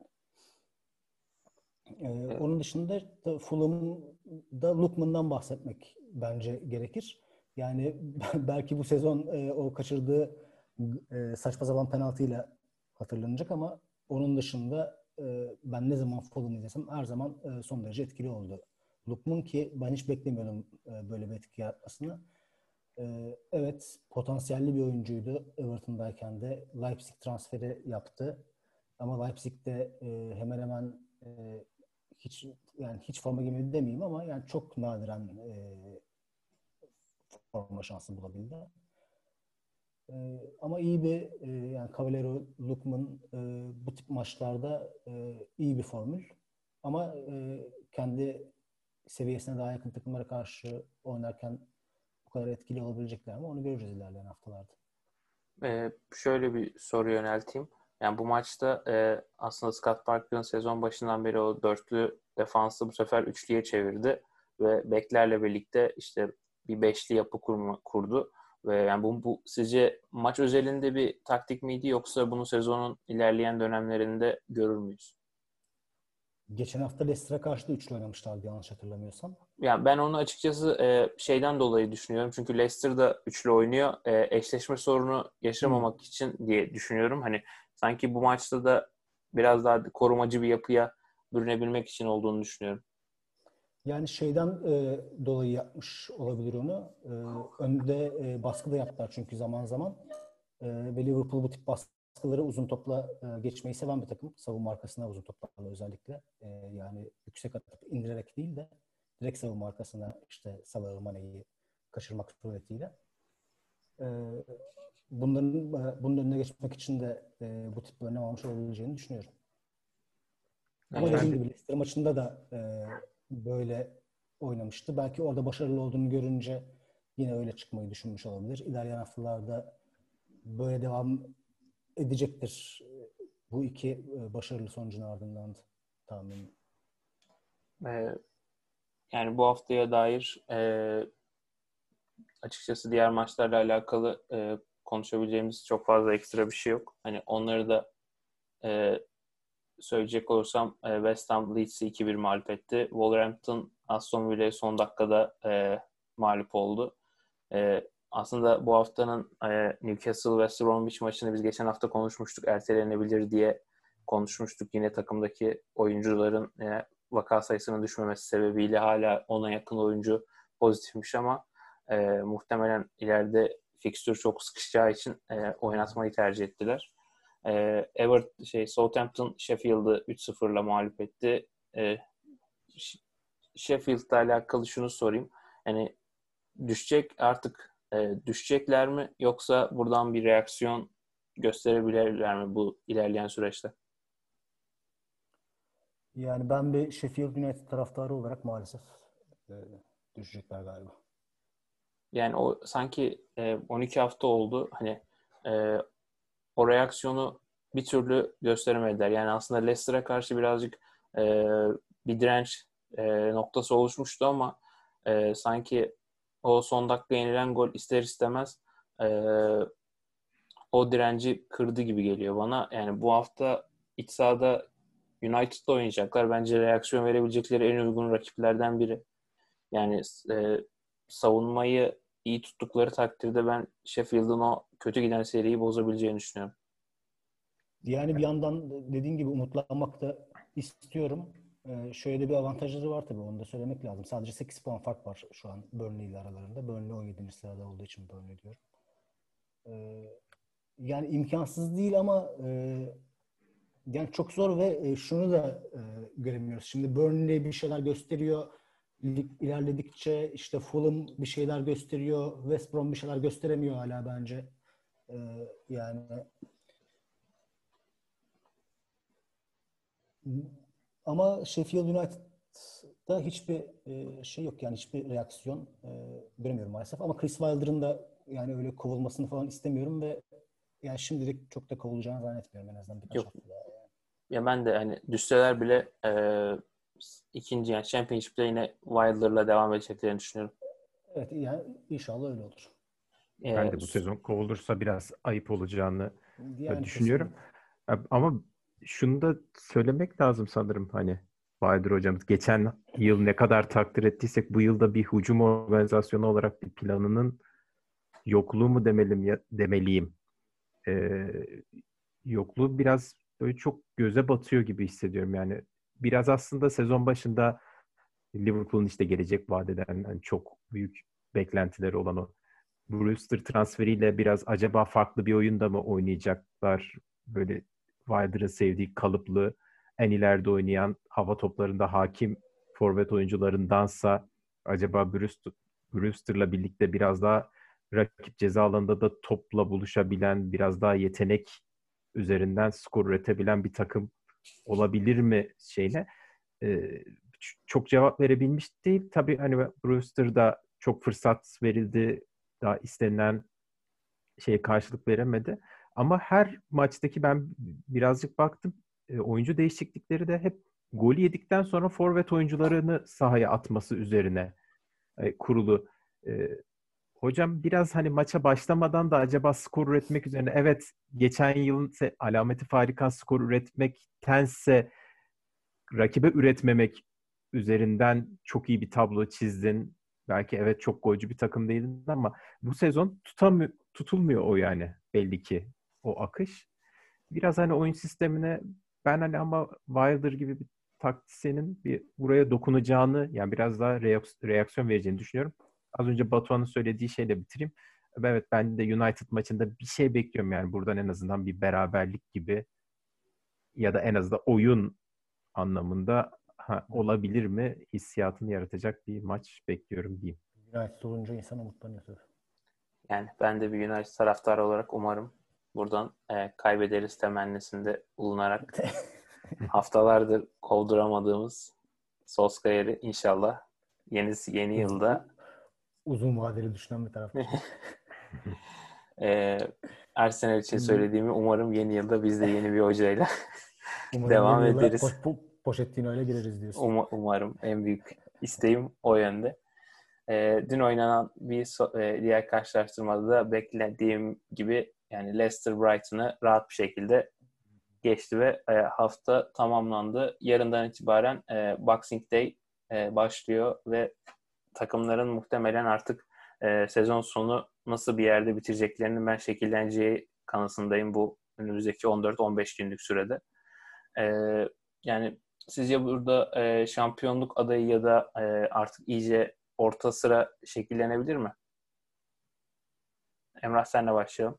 E, Evet. Onun dışında da Fulham'da Lookman'dan bahsetmek bence gerekir. Yani belki bu sezon e, o kaçırdığı e, saçma sapan penaltıyla hatırlanacak ama onun dışında e, ben ne zaman Fulham izlesem her zaman e, son derece etkili oldu. Lookman ki ben hiç beklemiyordum e, böyle bir etki yaratmasını. E, evet potansiyelli bir oyuncuydu Everton'dayken de Leipzig transferi yaptı. Ama Leipzig'te e, hemen hemen e, hiç yani hiç forma giymedi demeyeyim ama yani çok nadiren e, forma şansı bulabildi. E, ama iyi bir e, yani Cavallero, Lookman e, bu tip maçlarda e, iyi bir formül. Ama e, kendi seviyesine daha yakın takımlara karşı oynarken bu kadar etkili olabilecekler mi? Onu göreceğiz ilerleyen haftalarda. Ee, şöyle bir soru yönelteyim. Yani bu maçta e, aslında Scott Parker'ın sezon başından beri o dörtlü defansı bu sefer üçlüye çevirdi ve beklerle birlikte işte bir beşli yapı kurma, kurdu ve yani bu, bu sizce maç özelinde bir taktik miydi yoksa bunu sezonun ilerleyen dönemlerinde görür müyüz? Geçen hafta Leicester'a karşı da üçlü oynamışlardı yanlış hatırlamıyorsam. Yani ben onu açıkçası e, şeyden dolayı düşünüyorum. Çünkü Leicester da üçlü oynuyor. E, eşleşme sorunu yaşamamak Hmm. için diye düşünüyorum. Hani sanki bu maçta da biraz daha korumacı bir yapıya bürünebilmek için olduğunu düşünüyorum. Yani şeyden e, dolayı yapmış olabilir onu. E, önde e, baskı da yaptılar çünkü zaman zaman. E, ve Liverpool bu tip baskıları uzun topla e, geçmeyi seven bir takım. Savunma arkasına uzun toplarla özellikle. E, yani yüksek atıp indirerek değil de direkt savunma arkasına işte Salah'ı, Mane'yi kaçırmak suretiyle. E, bunların e, bunun önüne geçmek için de e, bu tip bir önlem almış olabileceğini düşünüyorum. Ama Evet. dediğim gibi Leicester maçında da e, böyle oynamıştı. Belki orada başarılı olduğunu görünce yine öyle çıkmayı düşünmüş olabilir. İlerleyen haftalarda böyle devam edecektir. Bu iki e, başarılı sonucun ardından tahminim. Ee, yani bu haftaya dair e, açıkçası diğer maçlarla alakalı e, konuşabileceğimiz çok fazla ekstra bir şey yok. Hani onları da e, söyleyecek olursam e, West Ham Leeds'i iki bir mağlup etti. Wolverhampton Aston Villa'ya son dakikada e, mağlup oldu. E, aslında bu haftanın e, Newcastle West Bromwich maçını biz geçen hafta konuşmuştuk. Ertelenebilir diye konuşmuştuk. Yine takımdaki oyuncuların e, vaka sayısının düşmemesi sebebiyle hala ona yakın oyuncu pozitifmiş ama e, muhtemelen ileride fikstür çok sıkışacağı için e, oynatmayı tercih ettiler. E, Everton şey Southampton Sheffield'ı üç sıfırla mağlup etti. E, Sheffield'la alakalı şunu sorayım. Yani düşecek artık e, düşecekler mi yoksa buradan bir reaksiyon gösterebilirler mi bu ilerleyen süreçte? Yani ben bir Sheffield United taraftarı olarak maalesef e, düşecekler galiba. Yani o sanki e, on iki hafta oldu. Hani e, o reaksiyonu bir türlü gösteremediler. Yani aslında Leicester'a karşı birazcık e, bir direnç e, noktası oluşmuştu ama e, sanki o son dakika yenilen gol ister istemez e, o direnci kırdı gibi geliyor bana. Yani bu hafta iç sahada United'la oynayacaklar. Bence reaksiyon verebilecekleri en uygun rakiplerden biri. Yani e, savunmayı iyi tuttukları takdirde ben Sheffield'ın o kötü giden seriyi bozabileceğini düşünüyorum. Yani bir yandan dediğin gibi umutlanmak da istiyorum. Ee, şöyle de bir avantajları var tabii, onu da söylemek lazım. Sadece sekiz puan fark var şu an Burnley ile aralarında. Burnley on yedinci sırada olduğu için Burnley diyorum. Ee, yani imkansız değil ama e, yani çok zor ve e, şunu da e, göremiyoruz. Şimdi Burnley bir şeyler gösteriyor. Lig ilerledikçe işte Fulham bir şeyler gösteriyor. West Brom bir şeyler gösteremiyor hala bence. Ee, yani ama Sheffield United'da hiçbir e, şey yok, yani hiçbir reaksiyon e, göremiyorum maalesef. Ama Chris Wilder'ın da yani öyle kovulmasını falan istemiyorum ve yani şimdilik çok da kovulacağını zannetmiyorum, en azından birkaç Yok. hafta daha. Yani. Ya ben de hani düşseler bile e, ikinci yani Championship'te yine Wilder'la devam edeceklerini düşünüyorum. Evet, yani inşallah öyle olur. Ben E, de bu sezon kovulursa biraz ayıp olacağını e, Yani düşünüyorum. kesinlikle. E, Ama şunu da söylemek lazım sanırım, hani Bahadır hocamız geçen yıl ne kadar takdir ettiysek bu yılda bir hücum organizasyonu olarak bir planının yokluğu mu demeliyim, ya, demeliyim. Ee, Yokluğu biraz böyle çok göze batıyor gibi hissediyorum. Yani biraz aslında sezon başında Liverpool'un işte gelecek vadeden yani çok büyük beklentileri olan o Brewster transferiyle biraz acaba farklı bir oyunda mı oynayacaklar? Böyle Wilder'ın sevdiği kalıplı, en ileride oynayan, hava toplarında hakim forvet oyuncularındansa acaba Brewster, Brewster'la birlikte biraz daha rakip ceza alanında da topla buluşabilen, biraz daha yetenek üzerinden skor üretebilen bir takım olabilir mi şeyine e, çok cevap verebilmiş değil. Tabii hani Brewster'da çok fırsat verildi, daha istenilen şeye karşılık veremedi. Ama her maçtaki ben birazcık baktım, e, oyuncu değişiklikleri de hep golü yedikten sonra forvet oyuncularını sahaya atması üzerine e, kurulu. E, hocam biraz hani maça başlamadan da acaba skor üretmek üzerine, evet geçen yılın se- alameti farikan skor üretmektense rakibe üretmemek üzerinden çok iyi bir tablo çizdin. Belki evet çok golcü bir takım değildin ama bu sezon tutamıyor, tutulmuyor o yani belli ki o akış. Biraz hani oyun sistemine ben hani ama Wilder gibi bir taktisyenin bir buraya dokunacağını, yani biraz daha reaks- reaksiyon vereceğini düşünüyorum. Az önce Batuhan'ın söylediği şeyle bitireyim. Evet, ben de United maçında bir şey bekliyorum, yani buradan en azından bir beraberlik gibi ya da en azından oyun anlamında ha, olabilir mi hissiyatını yaratacak bir maç bekliyorum diyeyim. United olunca insan umutlanıyor tabii. Yani ben de bir United taraftarı olarak umarım buradan e, kaybederiz temennisinde bulunarak haftalardır kovduramadığımız Solskjaer'i inşallah yeni, yeni yılda Uzun vadeli düşünen bir taraftar. e, Arsenal için söylediğimi umarım yeni yılda biz de yeni bir hocayla Umarım devam yeni yıla ederiz. po- po- Pochettino ile gireriz diyorsun. Um- umarım en büyük isteğim o yönde. E, dün oynanan bir so- e, diğer karşılaştırmada da beklediğim gibi yani Leicester Brighton'ı rahat bir şekilde geçti ve e, hafta tamamlandı. Yarından itibaren e, Boxing Day e, başlıyor ve takımların muhtemelen artık e, sezon sonu nasıl bir yerde bitireceklerinin ben şekilleneceği kanısındayım bu önümüzdeki on dört on beş günlük sürede. E, yani sizce burada e, şampiyonluk adayı ya da e, artık iyice orta sıra şekillenebilir mi? Emrah senle başlayalım.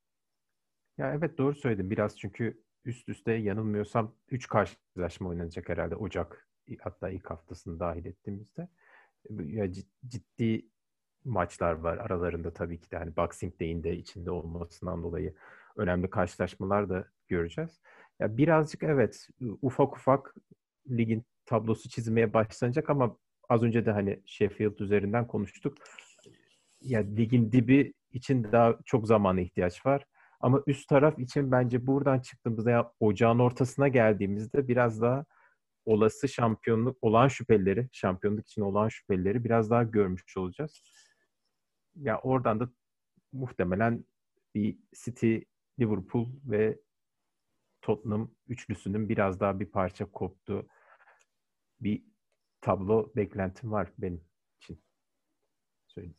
Ya evet doğru söyledim. Biraz çünkü üst üste yanılmıyorsam üç karşılaşma oynanacak herhalde Ocak hatta ilk haftasını dahil ettiğimizde. Ya cid- ciddi maçlar var aralarında tabii ki de hani Boxing Day'in de içinde olmasından dolayı önemli karşılaşmalar da göreceğiz. Ya birazcık evet ufak ufak ligin tablosu çizmeye başlanacak ama az önce de hani Sheffield üzerinden konuştuk. Ya ligin dibi için daha çok zamana ihtiyaç var. Ama üst taraf için bence buradan çıktığımızda ya ocağın ortasına geldiğimizde biraz daha olası şampiyonluk olan şüphelileri, şampiyonluk için olan şüphelileri biraz daha görmüş olacağız. Ya oradan da muhtemelen bir City, Liverpool ve Tottenham üçlüsünün biraz daha bir parça koptu. Bir tablo beklentim var benim için. Söyleyeyim.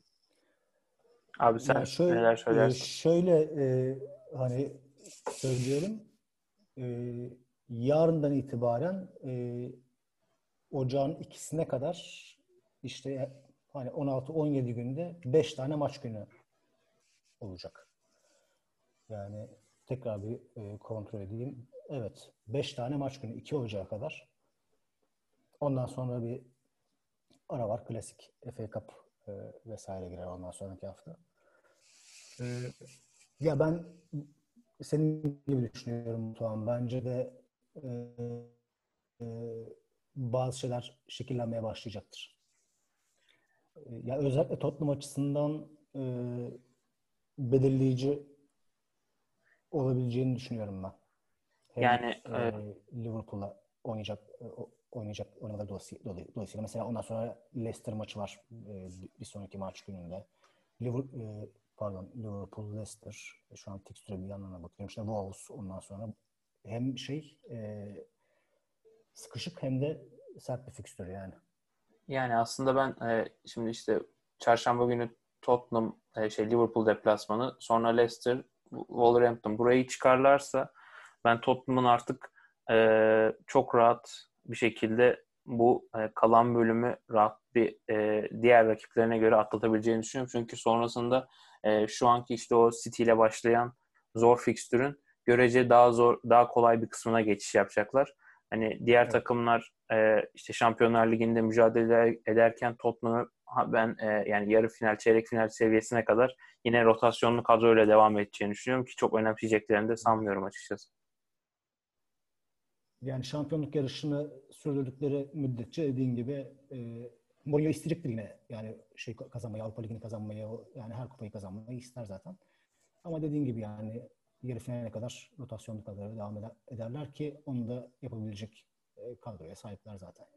Abi Ya sen şöyle, neler e, söylersin? şöyle e, hani söyleyelim. E, Yarından itibaren e, ocağın ikisine kadar işte hani on altı on yedi günde beş tane maç günü olacak. Yani tekrar bir e, kontrol edeyim. Evet, beş tane maç günü iki Ocak'a kadar. Ondan sonra bir ara var. Klasik F A Cup e, vesaire girer ondan sonraki hafta. E, Ya ben senin gibi düşünüyorum Tuğan. Bence de e, e, bazı şeyler şekillenmeye başlayacaktır. E, ya özellikle Tottenham açısından e, belirleyici olabileceğini düşünüyorum ben. Hem Yani e, e, Liverpool'la oynayacak e, oynayacak oyunları dolayısıyla mesela ondan sonra Leicester maçı var e, bir sonraki maç gününde. Liverpool, e, pardon Liverpool Leicester şu an fikstüre bir yandan bakıyorum. İşte Wolves ondan sonra hem şey e, sıkışık hem de sert bir fikstür yani. Yani aslında ben e, şimdi işte çarşamba günü Tottenham e, şey Liverpool deplasmanı, sonra Leicester, Wolverhampton burayı çıkarlarsa ben Tottenham'ın artık e, çok rahat bir şekilde bu e, kalan bölümü rahat bir e, diğer rakiplerine göre atlatabileceğini düşünüyorum. Çünkü sonrasında e, şu anki işte o City ile başlayan zor fikstürün görece daha zor, daha kolay bir kısmına geçiş yapacaklar. Hani diğer Evet. takımlar e, işte Şampiyonlar Ligi'nde mücadele ederken Tottenham'ı ben e, yani yarı final, çeyrek final seviyesine kadar yine rotasyonlu kadroyla devam edeceğini düşünüyorum ki çok önemseyeceklerini de sanmıyorum açıkçası. Yani şampiyonluk yarışını sürdürdükleri müddetçe dediğin gibi e, Mourinho isteyecektir yine yani şey kazanmayı, Avrupa Ligi'ni kazanmayı, yani her kupayı kazanmayı ister zaten. Ama dediğin gibi yani yarı finale kadar rotasyonlu kadroya devam eder, ederler ki onu da yapabilecek e, kadroya sahipler zaten.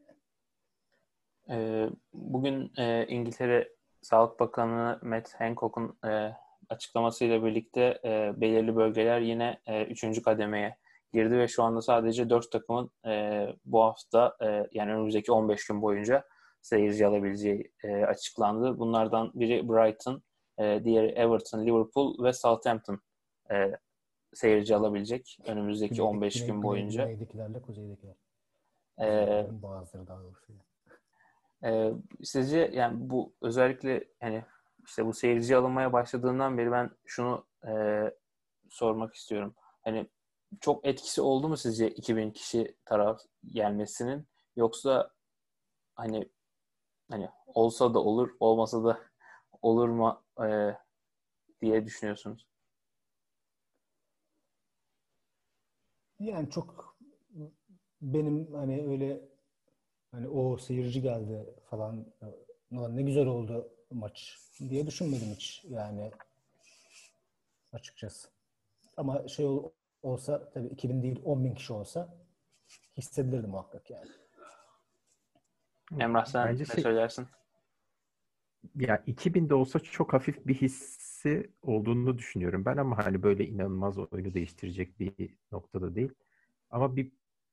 E, bugün e, İngiltere Sağlık Bakanı Matt Hancock'un e, açıklamasıyla birlikte e, belirli bölgeler yine e, üçüncü kademeye girdi ve şu anda sadece dört takımın e, bu hafta e, yani önümüzdeki on beş gün boyunca seyirci alabileceği e, açıklandı. Bunlardan biri Brighton, e, diğeri Everton, Liverpool ve Southampton e, seyirci alabilecek önümüzdeki Güneyde, on beş güney, gün güney, boyunca. güneydekilerle kuzeydekiler. E, Kuzeydekilerin bazıları daha doğrusu. e, sizce yani bu özellikle yani işte bu seyirci alınmaya başladığından beri ben şunu e, sormak istiyorum. Hani çok etkisi oldu mu sizce iki bin kişi taraf gelmesinin, yoksa hani hani olsa da olur olmasa da olur mu e, diye düşünüyorsunuz? Yani çok benim hani öyle hani o seyirci geldi falan ne güzel oldu maç diye düşünmedim hiç yani açıkçası. Ama şey ol, olsa tabii iki bin değil on bin kişi olsa hissedilirdi muhakkak yani. Emrah sen Bence ne şey söylersin? ya iki binde olsa çok hafif bir hissi olduğunu düşünüyorum ben ama hani böyle inanılmaz oyunu değiştirecek bir noktada değil. Ama bir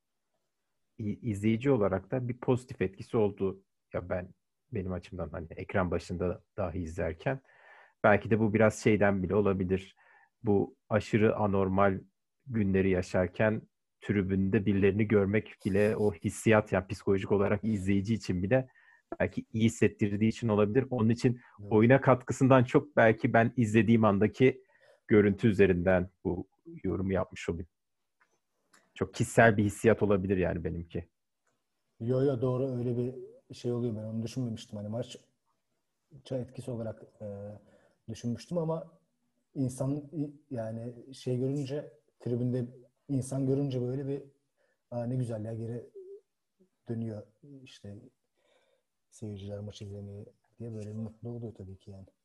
i- izleyici olarak da bir pozitif etkisi oldu ya ben benim açımdan hani ekran başında dahi izlerken belki de bu biraz şeyden bile olabilir. Bu aşırı anormal günleri yaşarken tribünde birilerini görmek bile o hissiyat yani psikolojik olarak izleyici için bile belki iyi hissettirdiği için olabilir. Onun için Evet. oyuna katkısından çok belki ben izlediğim andaki görüntü üzerinden bu yorumu yapmış olayım. Çok kişisel bir hissiyat olabilir yani benimki. Yo yo doğru öyle bir şey oluyor ben onu düşünmemiştim hani maç etkisi olarak e, düşünmüştüm ama insan yani şey görünce tribünde insan görünce böyle bir aa, ne güzel ya geri dönüyor işte seyirciler maç izlemeye diye böyle bir mutlu oluyor tabii ki yani.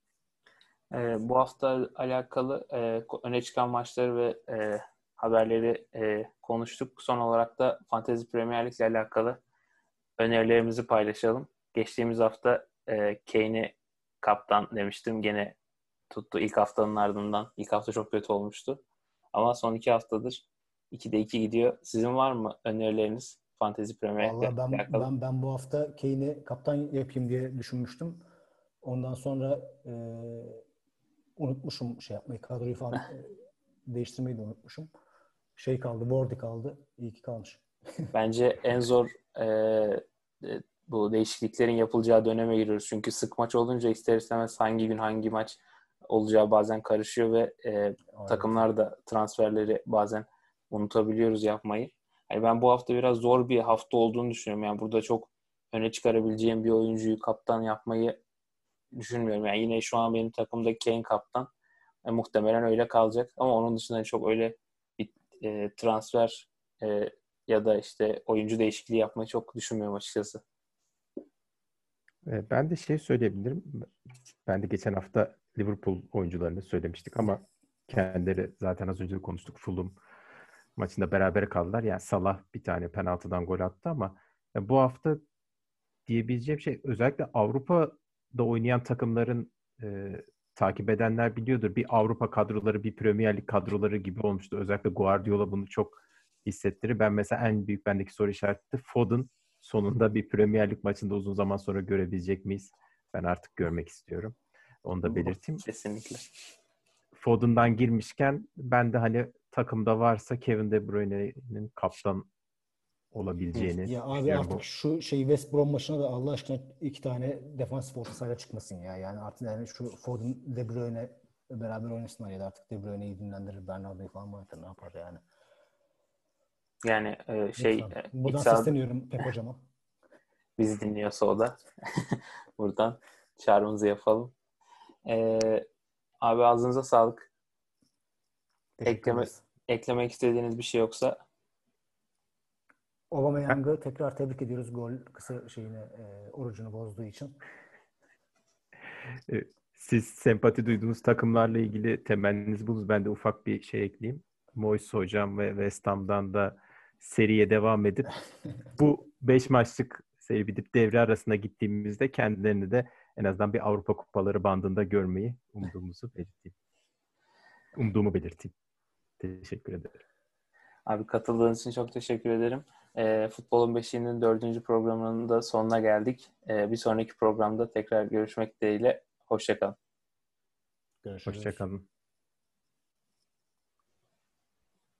Ee, bu hafta alakalı e, öne çıkan maçları ve e, haberleri e, konuştuk. Son olarak da Fantasy Premier Lig ile alakalı önerilerimizi paylaşalım. Geçtiğimiz hafta e, Kane'i kaptan demiştim. Gene tuttu ilk haftanın ardından. İlk hafta çok kötü olmuştu. Ama son iki haftadır ikide iki gidiyor. Sizin var mı önerileriniz Fantasy Premier Lig ile Vallahi ben alakalı? ben ben bu hafta Kane'i kaptan yapayım diye düşünmüştüm. Ondan sonra e, unutmuşum şey yapmayı kadroyu falan e, değiştirmeyi de unutmuşum. Şey kaldı, Wardy kaldı. İyi ki kalmış. Bence en zor e, e, bu değişikliklerin yapılacağı döneme giriyoruz. Çünkü sık maç olunca ister istemez hangi gün hangi maç olacağı bazen karışıyor ve e, Evet. takımlar da transferleri bazen unutabiliyoruz yapmayı. Yani ben bu hafta biraz zor bir hafta olduğunu düşünüyorum. Yani burada çok öne çıkarabileceğim bir oyuncuyu kaptan yapmayı düşünmüyorum. Yani yine şu an benim takımda Kane kaptan. E, muhtemelen öyle kalacak. Ama onun dışında çok öyle bir e, transfer e, ya da işte oyuncu değişikliği yapmayı çok düşünmüyorum açıkçası. E, Ben de şey söyleyebilirim. Ben de geçen hafta Liverpool oyuncularını söylemiştik ama kendileri zaten az önce de konuştuk. Fulham maçında berabere kaldılar. Yani Salah bir tane penaltıdan gol attı ama ya bu hafta diyebileceğim şey özellikle Avrupa'da oynayan takımların e, takip edenler biliyordur. Bir Avrupa kadroları, bir Premier Lig kadroları gibi olmuştu. Özellikle Guardiola bunu çok hissettirir. Ben mesela en büyük bendeki soru işareti Foden sonunda bir Premier Lig maçında uzun zaman sonra görebilecek miyiz? Ben artık görmek istiyorum. Onu da belirteyim. Kesinlikle. Foden'dan girmişken ben de hani takımda varsa Kevin De Bruyne'nin kaptan olabileceğini Ya abi düşünüyorum. artık Bu şu şey West Brom maçına da Allah aşkına iki tane defansif orta sahaya çıkmasın ya. Yani artık yani şu Foden De Bruyne beraber oynasınlar ya da artık De Bruyne'yi dinlendirir. Bernardo'yu falan oynatır ne yapar yani. Yani e, şey Lütfen. e, iç Buradan sahada sesleniyorum Pep hocama. bizi dinliyorsa o da buradan çağrımızı yapalım. E, abi ağzınıza sağlık. Teşekkür Ekleme, ederiz. eklemek istediğiniz bir şey yoksa Aubameyang'ı tekrar tebrik ediyoruz gol kısa şeyini e, orucunu bozduğu için. E, Siz sempati duyduğunuz takımlarla ilgili temenniniz bulunuz. Ben de ufak bir şey ekleyeyim. Moyes hocam ve West Ham'dan da seriye devam edip bu beş maçlık seri bitip devre arasına gittiğimizde kendilerini de en azından bir Avrupa Kupaları bandında görmeyi umduğumuzu belirteyim. Umduğumu belirteyim. Teşekkür ederim. abi katıldığınız için çok teşekkür ederim. E, Futbolun Beşiği'nin dördüncü programının da sonuna geldik. E, bir sonraki programda tekrar görüşmek dileğiyle. Hoşça kalın. Görüşürüz. Hoşça kalın.